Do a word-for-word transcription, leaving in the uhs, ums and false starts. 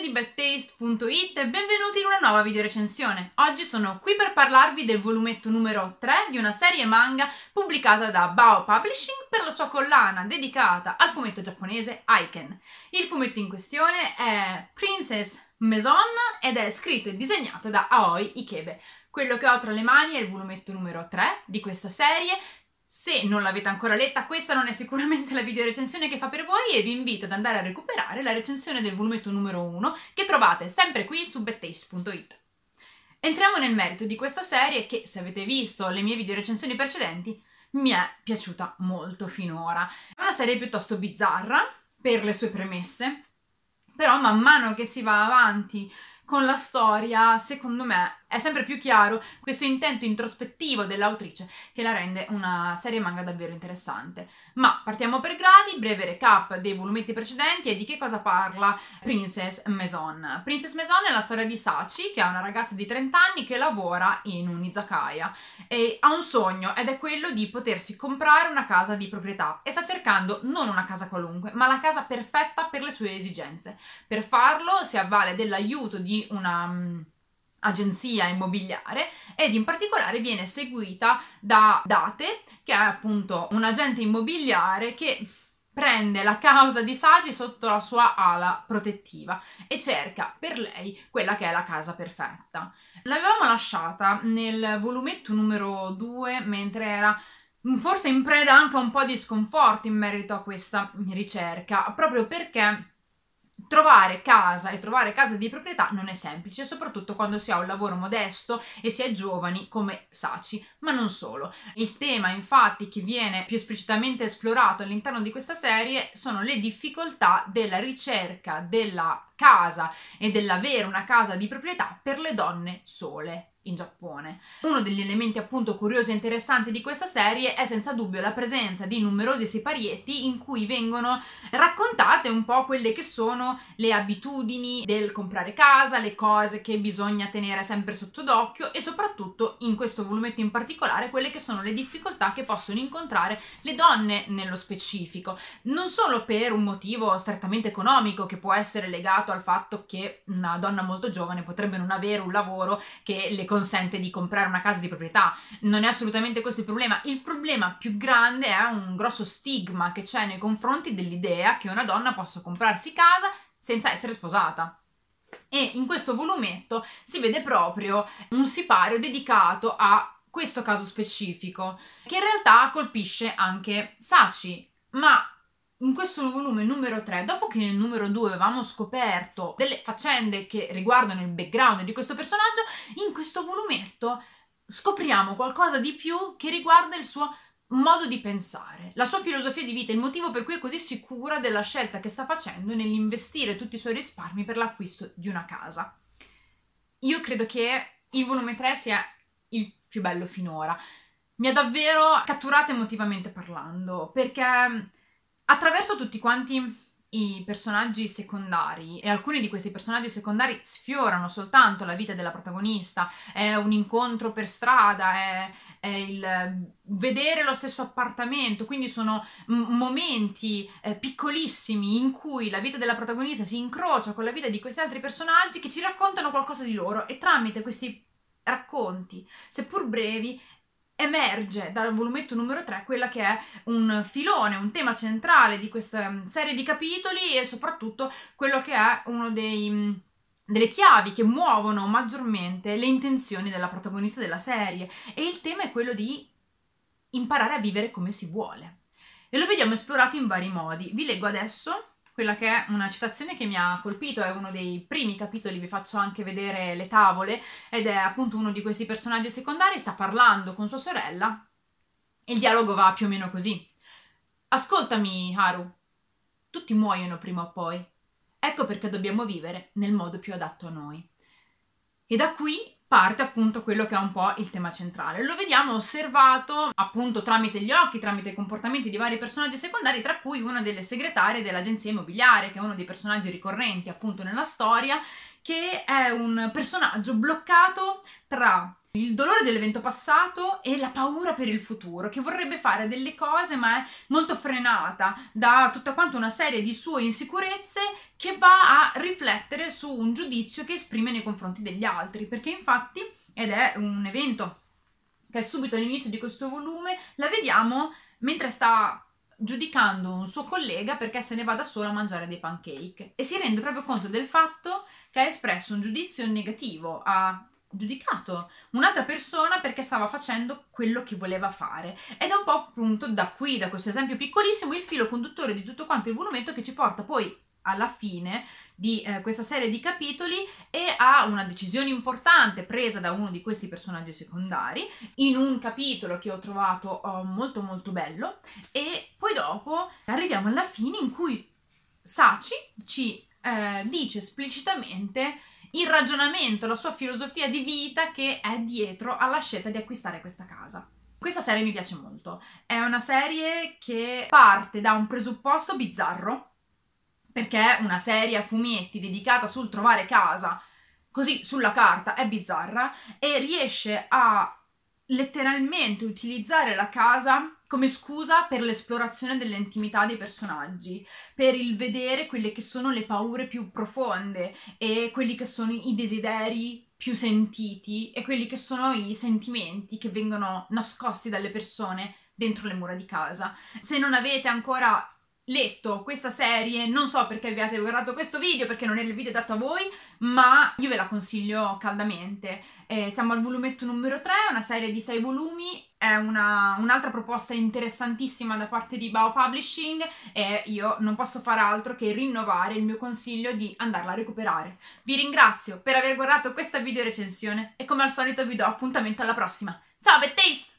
di bad taste punto it e benvenuti in una nuova videorecensione. Oggi sono qui per parlarvi del volumetto numero tre di una serie manga pubblicata da Bao Publishing per la sua collana dedicata al fumetto giapponese Aiken. Il fumetto in questione è Princess Maison ed è scritto e disegnato da Aoi Ikebe. Quello che ho tra le mani è il volumetto numero tre di questa serie. Se non l'avete ancora letta, questa non è sicuramente la videorecensione che fa per voi e vi invito ad andare a recuperare la recensione del volumetto numero uno che trovate sempre qui su bad taste punto it. Entriamo nel merito di questa serie che, se avete visto le mie videorecensioni precedenti, mi è piaciuta molto finora. È una serie piuttosto bizzarra per le sue premesse, però man mano che si va avanti con la storia, secondo me, è sempre più chiaro questo intento introspettivo dell'autrice che la rende una serie manga davvero interessante. Ma partiamo per gradi, breve recap dei volumetti precedenti e di che cosa parla Princess Maison. Princess Maison è la storia di Sachi, che è una ragazza di trenta anni che lavora in un izakaya e ha un sogno ed è quello di potersi comprare una casa di proprietà e sta cercando non una casa qualunque, ma la casa perfetta per le sue esigenze. Per farlo si avvale dell'aiuto di una um, agenzia immobiliare ed in particolare viene seguita da Date, che è appunto un agente immobiliare che prende la causa di Sachi sotto la sua ala protettiva e cerca per lei quella che è la casa perfetta. L'avevamo lasciata nel volumetto numero due mentre era forse in preda anche a un po' di sconforto in merito a questa ricerca, proprio perché trovare casa e trovare casa di proprietà non è semplice, soprattutto quando si ha un lavoro modesto e si è giovani come Sachi, ma non solo. Il tema, infatti, che viene più esplicitamente esplorato all'interno di questa serie sono le difficoltà della ricerca della casa e dell'avere una casa di proprietà per le donne sole in Giappone. Uno degli elementi appunto curiosi e interessanti di questa serie è senza dubbio la presenza di numerosi siparietti in cui vengono raccontate un po' quelle che sono le abitudini del comprare casa, le cose che bisogna tenere sempre sotto d'occhio e soprattutto in questo volumetto in particolare quelle che sono le difficoltà che possono incontrare le donne nello specifico, non solo per un motivo strettamente economico che può essere legato al fatto che una donna molto giovane potrebbe non avere un lavoro che le consente di comprare una casa di proprietà. Non è assolutamente questo il problema. Il problema più grande è un grosso stigma che c'è nei confronti dell'idea che una donna possa comprarsi casa senza essere sposata. E in questo volumetto si vede proprio un sipario dedicato a questo caso specifico, che in realtà colpisce anche Sachi, ma in questo volume numero tre, dopo che nel numero due avevamo scoperto delle faccende che riguardano il background di questo personaggio, in questo volumetto scopriamo qualcosa di più che riguarda il suo modo di pensare, la sua filosofia di vita, il motivo per cui è così sicura della scelta che sta facendo nell'investire tutti i suoi risparmi per l'acquisto di una casa. Io credo che il volume tre sia il più bello finora. Mi ha davvero catturata emotivamente parlando, perché attraverso tutti quanti i personaggi secondari, e alcuni di questi personaggi secondari sfiorano soltanto la vita della protagonista, è un incontro per strada, è, è il vedere lo stesso appartamento, quindi sono m- momenti eh, piccolissimi in cui la vita della protagonista si incrocia con la vita di questi altri personaggi che ci raccontano qualcosa di loro e tramite questi racconti, seppur brevi, emerge dal volumetto numero tre quella che è un filone, un tema centrale di questa serie di capitoli e soprattutto quello che è uno dei, delle chiavi che muovono maggiormente le intenzioni della protagonista della serie, e il tema è quello di imparare a vivere come si vuole e lo vediamo esplorato in vari modi. Vi leggo adesso quella che è una citazione che mi ha colpito, è uno dei primi capitoli, vi faccio anche vedere le tavole, ed è appunto uno di questi personaggi secondari, sta parlando con sua sorella e il dialogo va più o meno così. Ascoltami, Haru, tutti muoiono prima o poi, ecco perché dobbiamo vivere nel modo più adatto a noi. E da qui parte appunto quello che è un po' il tema centrale. Lo vediamo osservato appunto tramite gli occhi, tramite i comportamenti di vari personaggi secondari, tra cui una delle segretarie dell'agenzia immobiliare, che è uno dei personaggi ricorrenti appunto nella storia, che è un personaggio bloccato tra il dolore dell'evento passato e la paura per il futuro, che vorrebbe fare delle cose ma è molto frenata da tutta quanta una serie di sue insicurezze che va a riflettere su un giudizio che esprime nei confronti degli altri, perché infatti, ed è un evento che è subito all'inizio di questo volume, la vediamo mentre sta giudicando un suo collega perché se ne va da solo a mangiare dei pancake e si rende proprio conto del fatto che ha espresso un giudizio negativo, ha giudicato un'altra persona perché stava facendo quello che voleva fare, ed è un po' appunto da qui, da questo esempio piccolissimo, il filo conduttore di tutto quanto il volumetto che ci porta poi alla fine di eh, questa serie di capitoli e a una decisione importante presa da uno di questi personaggi secondari in un capitolo che ho trovato oh, molto molto bello, e poi dopo arriviamo alla fine in cui Sachi ci eh, dice esplicitamente il ragionamento, la sua filosofia di vita che è dietro alla scelta di acquistare questa casa. Questa serie mi piace molto, è una serie che parte da un presupposto bizzarro, perché una serie a fumetti dedicata sul trovare casa, così sulla carta, è bizzarra, e riesce a letteralmente utilizzare la casa come scusa per l'esplorazione dell'intimità dei personaggi, per il vedere quelle che sono le paure più profonde e quelli che sono i desideri più sentiti e quelli che sono i sentimenti che vengono nascosti dalle persone dentro le mura di casa. Se non avete ancora letto questa serie, non so perché abbiate guardato questo video, perché non è il video dato a voi, ma io ve la consiglio caldamente. Eh, siamo al volumetto numero tre, una serie di sei volumi, è una, un'altra proposta interessantissima da parte di Bao Publishing e io non posso fare altro che rinnovare il mio consiglio di andarla a recuperare. Vi ringrazio per aver guardato questa video recensione e come al solito vi do appuntamento alla prossima. Ciao Bettaste!